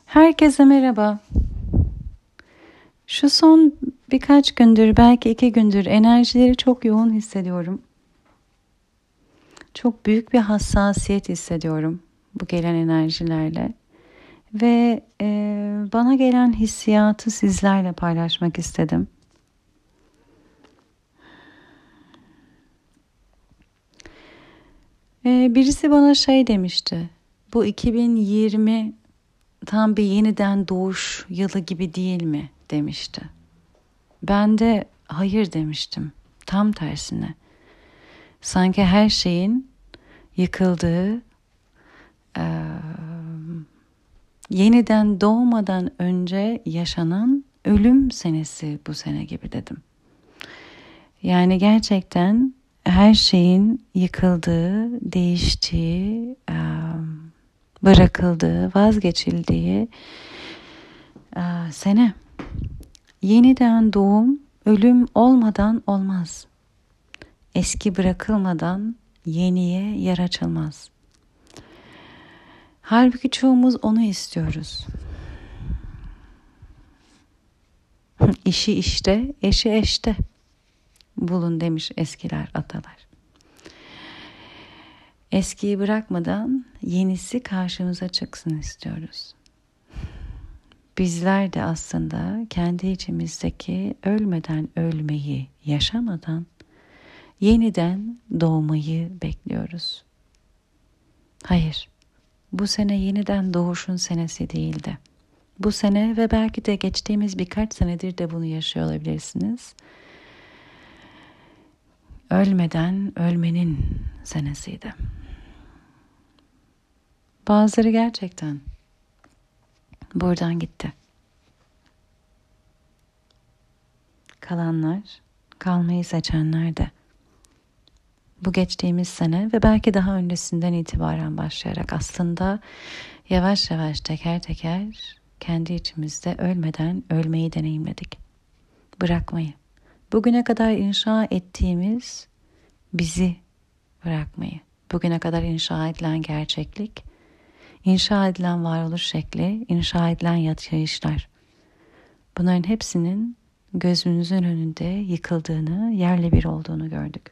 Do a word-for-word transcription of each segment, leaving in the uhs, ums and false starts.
Herkese merhaba. Şu son birkaç gündür, belki iki gündür enerjileri çok yoğun hissediyorum. Çok büyük bir hassasiyet hissediyorum bu gelen enerjilerle. Ve e, bana gelen hissiyatı sizlerle paylaşmak istedim. E, birisi bana şey demişti. Bu iki bin yirmi tam bir yeniden doğuş yılı gibi değil mi demişti. Ben de hayır demiştim. Tam tersine. Sanki her şeyin yıkıldığı, e, yeniden doğmadan önce yaşanan ölüm senesi bu sene gibi dedim. Yani gerçekten her şeyin yıkıldığı, değiştiği, e, bırakıldığı, vazgeçildiği e, sene. Yeniden doğum, ölüm olmadan olmaz. Eski bırakılmadan yeniye yer açılmaz. Halbuki çoğumuz onu istiyoruz. İşi işte, eşi eşte bulun demiş eskiler, atalar. Eskiyi bırakmadan yenisi karşımıza çıksın istiyoruz. Bizler de aslında kendi içimizdeki ölmeden ölmeyi yaşamadan yeniden doğmayı bekliyoruz. Hayır, bu sene yeniden doğuşun senesi değildi. Bu sene ve belki de geçtiğimiz birkaç senedir de bunu yaşıyor olabilirsiniz. Ölmeden ölmenin senesiydi. Bazıları gerçekten buradan gitti. Kalanlar, kalmayı seçenler de bu geçtiğimiz sene ve belki daha öncesinden itibaren başlayarak aslında yavaş yavaş teker teker kendi içimizde ölmeden ölmeyi deneyimledik. Bırakmayı. Bugüne kadar inşa ettiğimiz bizi bırakmayı. Bugüne kadar inşa edilen gerçeklik, inşa edilen varoluş şekli, inşa edilen yaşayışlar. Bunların hepsinin gözümüzün önünde yıkıldığını, yerle bir olduğunu gördük.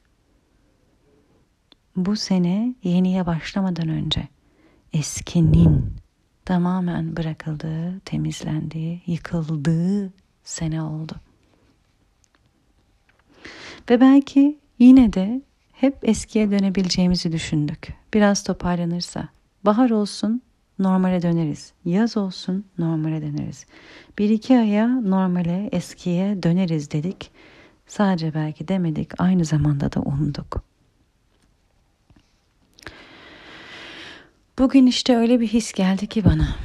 Bu sene yeniye başlamadan önce eskinin tamamen bırakıldığı, temizlendiği, yıkıldığı sene oldu. Ve belki yine de hep eskiye dönebileceğimizi düşündük. Biraz toparlanırsa, bahar olsun normale döneriz, yaz olsun normale döneriz. Bir iki aya normale, eskiye döneriz dedik. Sadece belki demedik, aynı zamanda da umduk. Bugün işte öyle bir his geldi ki bana.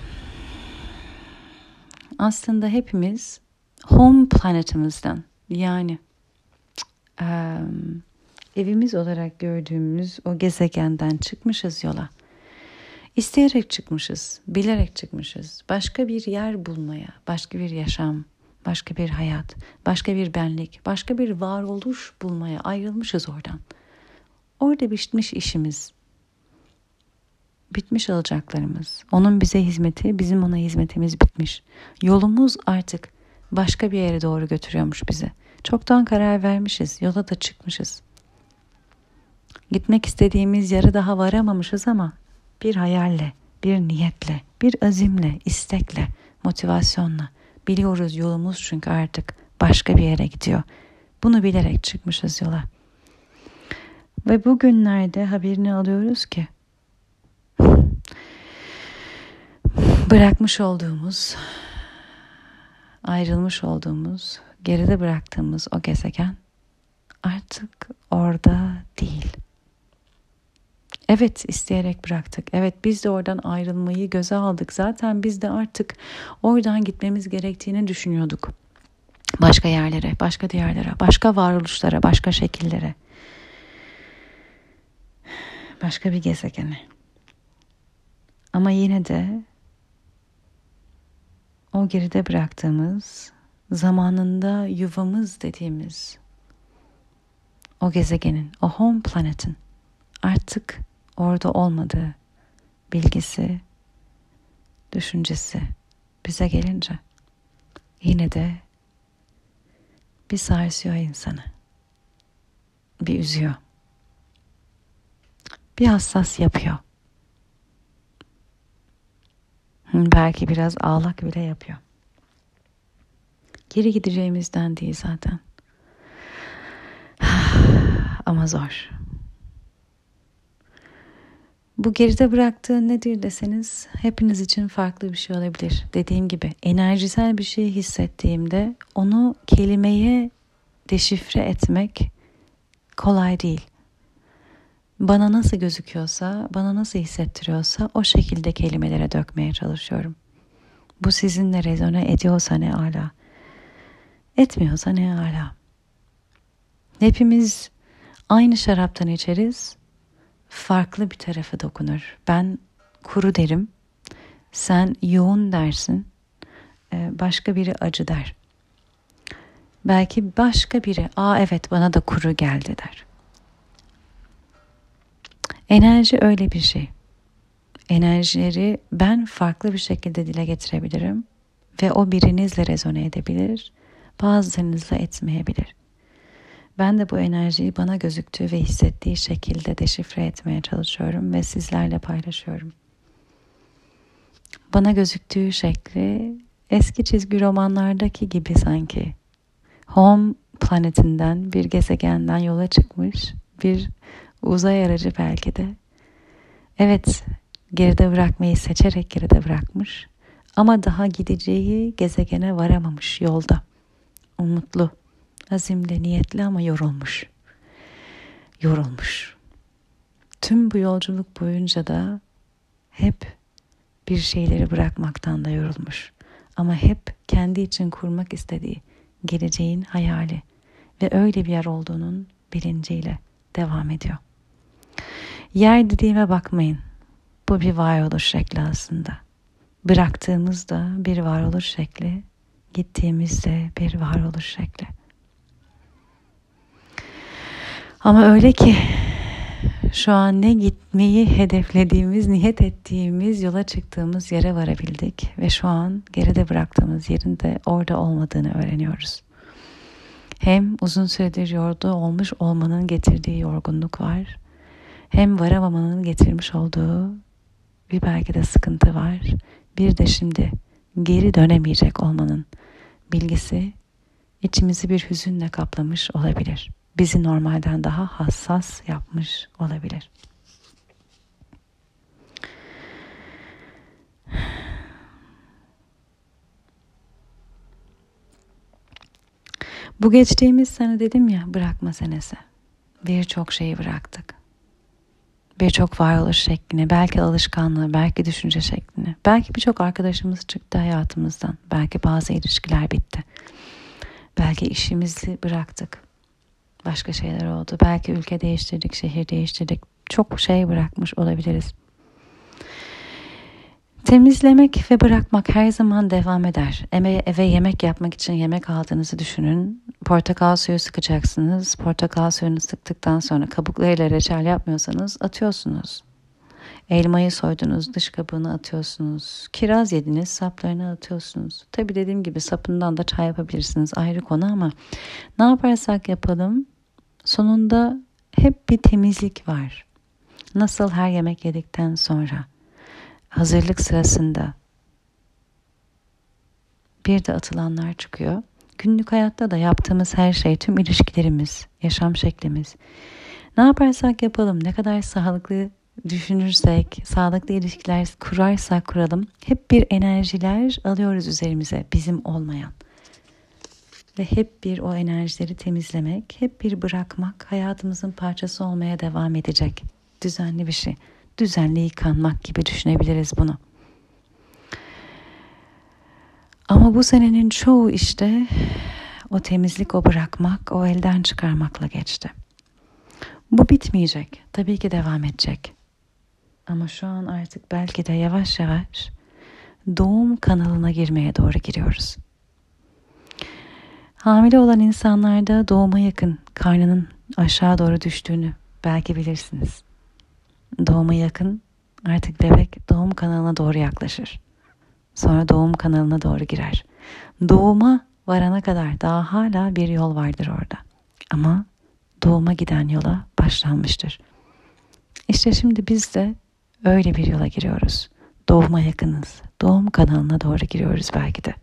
Aslında hepimiz home planetimizden, yani e, evimiz olarak gördüğümüz o gezegenden çıkmışız yola. İsteyerek çıkmışız, bilerek çıkmışız. Başka bir yer bulmaya, başka bir yaşam, başka bir hayat, başka bir benlik, başka bir varoluş bulmaya ayrılmışız oradan. Orada bitmiş işimiz. Bitmiş alacaklarımız. Onun bize hizmeti, bizim ona hizmetimiz bitmiş. Yolumuz artık başka bir yere doğru götürüyormuş bizi. Çoktan karar vermişiz, yola da çıkmışız. Gitmek istediğimiz yere daha varamamışız ama bir hayalle, bir niyetle, bir azimle, istekle, motivasyonla biliyoruz yolumuz çünkü artık başka bir yere gidiyor. Bunu bilerek çıkmışız yola. Ve bugünlerde haberini alıyoruz ki bırakmış olduğumuz, ayrılmış olduğumuz, geride bıraktığımız o gezegen artık orada değil. Evet, isteyerek bıraktık. Evet, biz de oradan ayrılmayı göze aldık. Zaten biz de artık oradan gitmemiz gerektiğini düşünüyorduk. Başka yerlere, başka diyarlara, başka varoluşlara, başka şekillere. Başka bir gezegene. Ama yine de o geride bıraktığımız, zamanında yuvamız dediğimiz o gezegenin, o home planetin artık orada olmadığı bilgisi, düşüncesi bize gelince yine de bir sarsıyor insanı. Bir üzüyor. Bir hassas yapıyor. Belki biraz ağlak bile yapıyor. Geri gideceğimizden değil zaten. Ama zor. Bu geride bıraktığı nedir deseniz hepiniz için farklı bir şey olabilir. Dediğim gibi enerjisel bir şey hissettiğimde onu kelimeye deşifre etmek kolay değil. Bana nasıl gözüküyorsa, bana nasıl hissettiriyorsa o şekilde kelimelere dökmeye çalışıyorum. Bu sizinle rezone ediyorsa ne ala, etmiyorsa ne ala. Hepimiz aynı şaraptan içeriz, farklı bir tarafı dokunur. Ben kuru derim, sen yoğun dersin, başka biri acı der. Belki başka biri, aa evet bana da kuru geldi der. Enerji öyle bir şey. Enerjileri ben farklı bir şekilde dile getirebilirim ve o birinizle rezone edebilir, bazılarınızla etmeyebilir. Ben de bu enerjiyi bana gözüktüğü ve hissettiği şekilde deşifre etmeye çalışıyorum ve sizlerle paylaşıyorum. Bana gözüktüğü şekli eski çizgi romanlardaki gibi sanki. Home planetinden, bir gezegenden yola çıkmış bir uzay aracı belki de. Evet, geride bırakmayı seçerek geride bırakmış ama daha gideceği gezegene varamamış yolda. Umutlu, azimli, niyetli ama yorulmuş. Yorulmuş. Tüm bu yolculuk boyunca da hep bir şeyleri bırakmaktan da yorulmuş. Ama hep kendi için kurmak istediği geleceğin hayali ve öyle bir yer olduğunun bilinciyle devam ediyor. Yer dediğime bakmayın. Bu bir varoluş şekli aslında. Bıraktığımızda bir varoluş şekli, gittiğimizde bir varoluş şekli. Ama öyle ki şu an ne gitmeyi hedeflediğimiz, niyet ettiğimiz, yola çıktığımız yere varabildik ve şu an geride bıraktığımız yerin de orada olmadığını öğreniyoruz. Hem uzun süredir yolda olmuş olmanın getirdiği yorgunluk var, hem varamamanın getirmiş olduğu bir belki de sıkıntı var. Bir de şimdi geri dönemeyecek olmanın bilgisi içimizi bir hüzünle kaplamış olabilir. Bizi normalden daha hassas yapmış olabilir. Bu geçtiğimiz sene dedim ya, bırakma senesi. Birçok şeyi bıraktık. Birçok varoluş şeklini, belki alışkanlığı, belki düşünce şeklini. Belki birçok arkadaşımız çıktı hayatımızdan. Belki bazı ilişkiler bitti. Belki işimizi bıraktık. Başka şeyler oldu. Belki ülke değiştirdik, şehir değiştirdik. Çok şey bırakmış olabiliriz. Temizlemek ve bırakmak her zaman devam eder. Eve, eve yemek yapmak için yemek aldığınızı düşünün. Portakal suyu sıkacaksınız. Portakal suyunu sıktıktan sonra kabuklarıyla reçel yapmıyorsanız atıyorsunuz. Elmayı soydunuz, dış kabuğunu atıyorsunuz. Kiraz yediniz, saplarını atıyorsunuz. Tabii dediğim gibi sapından da çay yapabilirsiniz, ayrı konu, ama ne yaparsak yapalım sonunda hep bir temizlik var. Nasıl her yemek yedikten sonra, hazırlık sırasında bir de atılanlar çıkıyor. Günlük hayatta da yaptığımız her şey, tüm ilişkilerimiz, yaşam şeklimiz. Ne yaparsak yapalım, ne kadar sağlıklı düşünürsek, sağlıklı ilişkiler kurarsak kuralım, hep bir enerjiler alıyoruz üzerimize, bizim olmayan. Ve hep bir o enerjileri temizlemek, hep bir bırakmak hayatımızın parçası olmaya devam edecek. Düzenli bir şey. Düzenli yıkanmak gibi düşünebiliriz bunu. Ama bu senenin çoğu işte o temizlik, o bırakmak, o elden çıkarmakla geçti. Bu bitmeyecek. Tabii ki devam edecek. Ama şu an artık belki de yavaş yavaş doğum kanalına girmeye doğru giriyoruz. Hamile olan insanlarda doğuma yakın karnının aşağı doğru düştüğünü belki bilirsiniz. Doğuma yakın artık bebek doğum kanalına doğru yaklaşır. Sonra doğum kanalına doğru girer. Doğuma varana kadar daha hala bir yol vardır orada. Ama doğuma giden yola başlanmıştır. İşte şimdi biz de öyle bir yola giriyoruz. Doğuma yakınız. Doğum kanalına doğru giriyoruz belki de.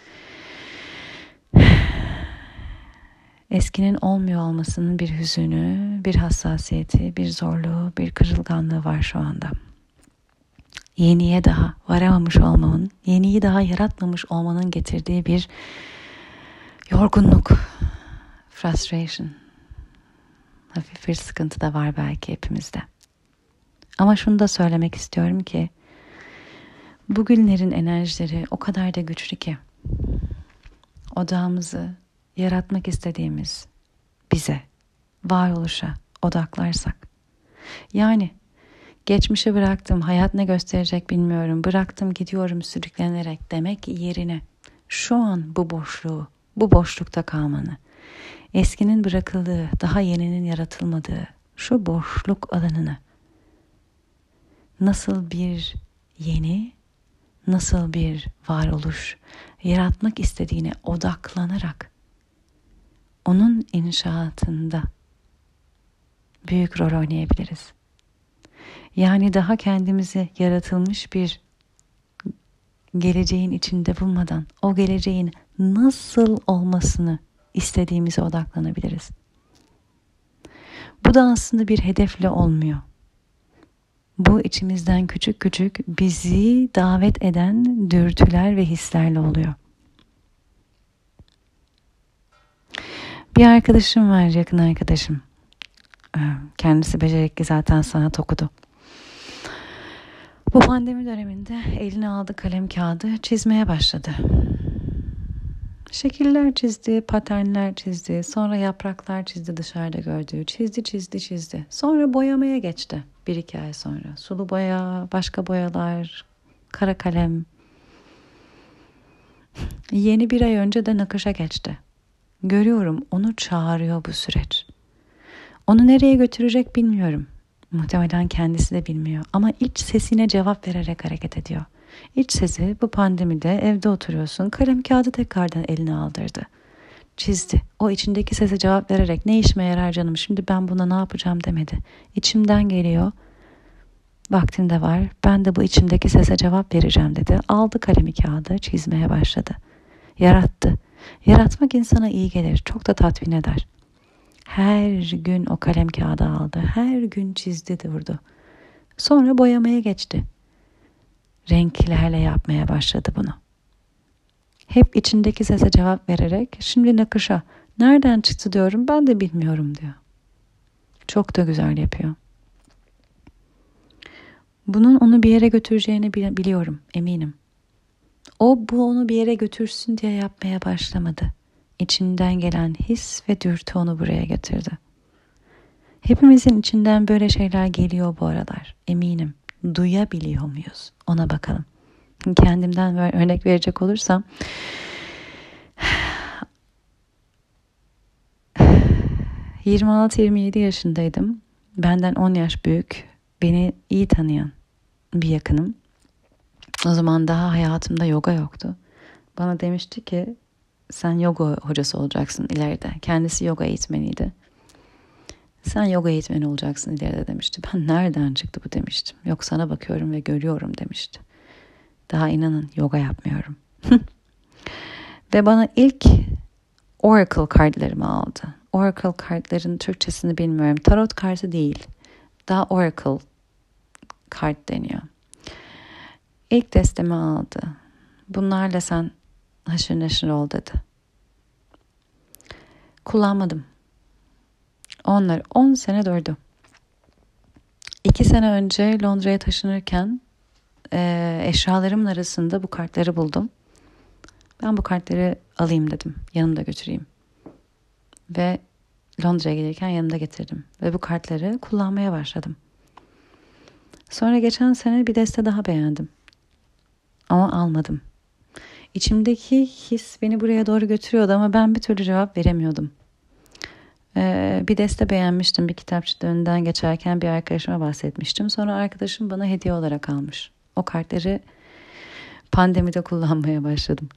Eskinin olmuyor olmasının bir hüzünü, bir hassasiyeti, bir zorluğu, bir kırılganlığı var şu anda. Yeniye daha varamamış olmanın, yeniyi daha yaratmamış olmanın getirdiği bir yorgunluk, frustration, hafif bir sıkıntı da var belki hepimizde. Ama şunu da söylemek istiyorum ki, bugünlerin enerjileri o kadar da güçlü ki, odağımızı yaratmak istediğimiz bize, varoluşa odaklarsak, yani geçmişe bıraktım, hayat ne gösterecek bilmiyorum, bıraktım gidiyorum sürüklenerek demek yerine şu an bu boşluğu, bu boşlukta kalmanı, eskinin bırakıldığı, daha yeninin yaratılmadığı şu boşluk alanını nasıl bir yeni, nasıl bir varoluş yaratmak istediğine odaklanarak onun inşaatında büyük rol oynayabiliriz. Yani daha kendimizi yaratılmış bir geleceğin içinde bulmadan o geleceğin nasıl olmasını istediğimize odaklanabiliriz. Bu da aslında bir hedefle olmuyor. Bu içimizden küçük küçük bizi davet eden dürtüler ve hislerle oluyor. Bir arkadaşım var, yakın arkadaşım. Kendisi becerikli, zaten sanat okudu. Bu pandemi döneminde eline aldı kalem kağıdı, çizmeye başladı. Şekiller çizdi, paternler çizdi, sonra yapraklar çizdi dışarıda gördüğü. Çizdi, çizdi, çizdi. Sonra boyamaya geçti bir iki ay sonra. Sulu boya, başka boyalar, kara kalem. Yeni bir ay önce de nakışa geçti. Görüyorum, onu çağırıyor bu süreç. Onu nereye götürecek bilmiyorum. Muhtemelen kendisi de bilmiyor. Ama iç sesine cevap vererek hareket ediyor. İç sesi bu pandemide evde oturuyorsun. Kalem kağıdı tekrardan eline aldırdı. Çizdi. O içindeki sese cevap vererek ne işime yarar canım, şimdi ben buna ne yapacağım demedi. İçimden geliyor. Vaktim de var. Ben de bu içimdeki sese cevap vereceğim dedi. Aldı kalemi kağıdı, çizmeye başladı. Yarattı. Yaratmak insana iyi gelir. Çok da tatmin eder. Her gün o kalem kağıdı aldı. Her gün çizdi, durdu. Sonra boyamaya geçti. Renklerle yapmaya başladı bunu. Hep içindeki sese cevap vererek şimdi nakışa. Nereden çıktı diyorum, ben de bilmiyorum diyor. Çok da güzel yapıyor. Bunun onu bir yere götüreceğini biliyorum, eminim. O bu onu bir yere götürsün diye yapmaya başlamadı. İçinden gelen his ve dürtü onu buraya getirdi. Hepimizin içinden böyle şeyler geliyor bu aralar, eminim. Duyabiliyor muyuz? Ona bakalım. Kendimden örnek verecek olursam, yirmi altı yirmi yedi yaşındaydım. Benden on yaş büyük, beni iyi tanıyan bir yakınım. O zaman daha hayatımda yoga yoktu. Bana demişti ki sen yoga hocası olacaksın ileride. Kendisi yoga eğitmeniydi. Sen yoga eğitmeni olacaksın ileride demişti. Ben nereden çıktı bu demiştim. Yok, sana bakıyorum ve görüyorum demişti. Daha inanın yoga yapmıyorum. Ve bana ilk Oracle kartlarımı aldı. Oracle kartların Türkçesini bilmiyorum. Tarot kartı değil. Daha Oracle kart deniyor. İlk destemi aldı. Bunlarla sen haşır neşir ol dedi. Kullanmadım. Onlar on sene durdu. İki sene önce Londra'ya taşınırken e, eşyalarımın arasında bu kartları buldum. Ben bu kartları alayım dedim. Yanımda götüreyim. Ve Londra'ya gelirken yanımda getirdim. Ve bu kartları kullanmaya başladım. Sonra geçen sene bir deste daha beğendim. Ama almadım. İçimdeki his beni buraya doğru götürüyordu ama ben bir türlü cevap veremiyordum. Ee, bir deste beğenmiştim. Bir kitapçıda önünden geçerken bir arkadaşıma bahsetmiştim. Sonra arkadaşım bana hediye olarak almış. O kartları Pandemide kullanmaya başladım.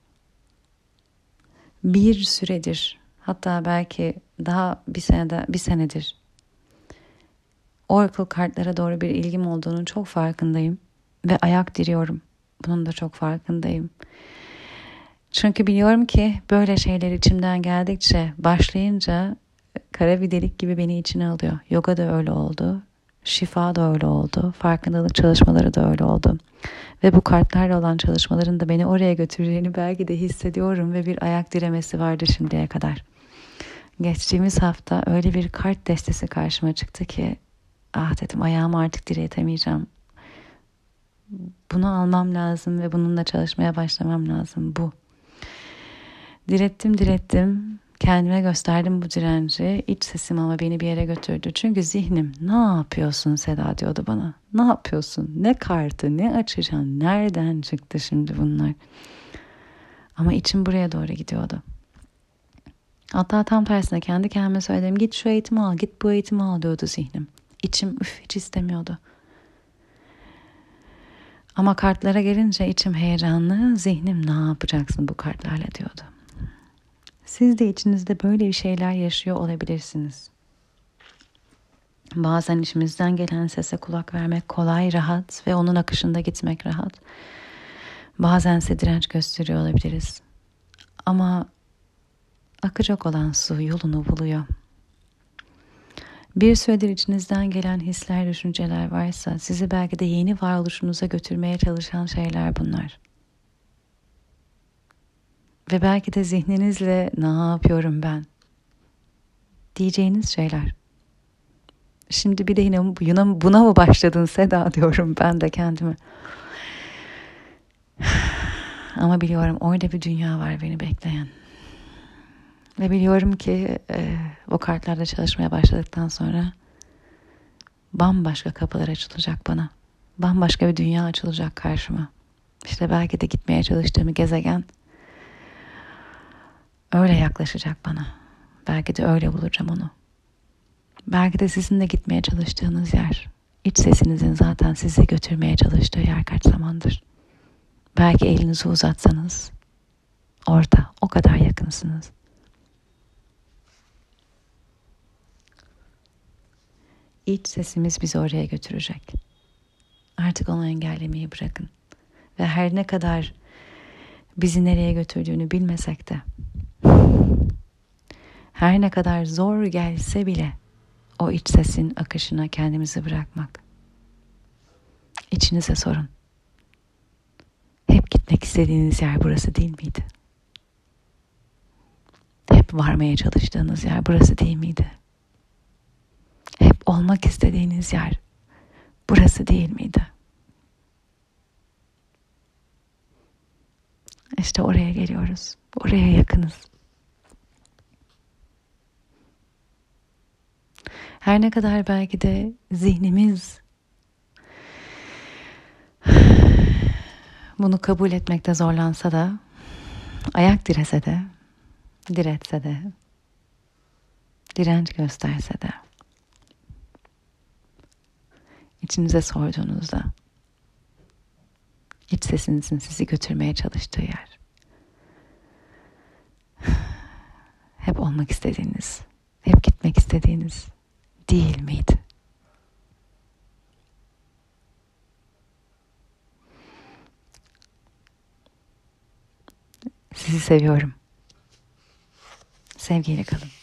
Bir süredir, hatta belki daha bir senede, bir senedir Oracle kartlara doğru bir ilgim olduğunun çok farkındayım ve ayak diriyorum. Bunun da çok farkındayım. Çünkü biliyorum ki böyle şeyler içimden geldikçe, başlayınca kara bir delik gibi beni içine alıyor. Yoga da öyle oldu. Şifa da öyle oldu. Farkındalık çalışmaları da öyle oldu. Ve bu kartlarla olan çalışmaların da beni oraya götüreceğini belki de hissediyorum ve bir ayak diremesi vardı şimdiye kadar. Geçtiğimiz hafta öyle bir kart destesi karşıma çıktı ki ah dedim, ayağımı artık diretemeyeceğim. Bunu almam lazım ve bununla çalışmaya başlamam lazım. Bu. Direttim direttim. Kendime gösterdim bu direnci. İç sesim ama beni bir yere götürdü. Çünkü zihnim ne yapıyorsun Seda diyordu bana. Ne yapıyorsun? Ne kartı, ne açacaksın? Nereden çıktı şimdi bunlar? Ama içim buraya doğru gidiyordu. Hatta tam tersine kendi kendime söyledim. Git şu eğitimi al, git bu eğitimi al diyordu zihnim. İçim üf hiç istemiyordu. Ama kartlara gelince içim heyecanlı, zihnim ne yapacaksın bu kartlarla diyordu. Siz de içinizde böyle bir şeyler yaşıyor olabilirsiniz. Bazen içimizden gelen sese kulak vermek kolay, rahat ve onun akışında gitmek rahat. Bazen ise direnç gösteriyor olabiliriz. Ama akacak olan su yolunu buluyor. Bir süredir içinizden gelen hisler, düşünceler varsa sizi belki de yeni varoluşunuza götürmeye çalışan şeyler bunlar. Ve belki de zihninizle ne yapıyorum ben diyeceğiniz şeyler. Şimdi bir de yine buna, buna mı başladın Seda diyorum ben de kendime. Ama biliyorum orada bir dünya var beni bekleyen. Ve biliyorum ki e, o kartlarla çalışmaya başladıktan sonra bambaşka kapılar açılacak bana. Bambaşka bir dünya açılacak karşıma. İşte belki de gitmeye çalıştığım gezegen öyle yaklaşacak bana. Belki de öyle bulacağım onu. Belki de sizin de gitmeye çalıştığınız yer, iç sesinizin zaten sizi götürmeye çalıştığı yer kaç zamandır. Belki elinizi uzatsanız orada, o kadar yakınsınız. İç sesimiz bizi oraya götürecek. Artık onu engellemeyi bırakın. Ve her ne kadar bizi nereye götürdüğünü bilmesek de, her ne kadar zor gelse bile o iç sesin akışına kendimizi bırakmak. İçinize sorun. Hep gitmek istediğiniz yer burası değil miydi? Hep varmaya çalıştığınız yer burası değil miydi? Hep olmak istediğiniz yer burası değil miydi? İşte oraya geliyoruz. Oraya yakınız. Her ne kadar belki de zihnimiz bunu kabul etmekte zorlansa da, ayak direse de, diretse de, direnç gösterse de, içinize sorduğunuzda, iç sesinizin sizi götürmeye çalıştığı yer, hep olmak istediğiniz, hep gitmek istediğiniz değil miydi? Sizi seviyorum. Sevgiyle kalın.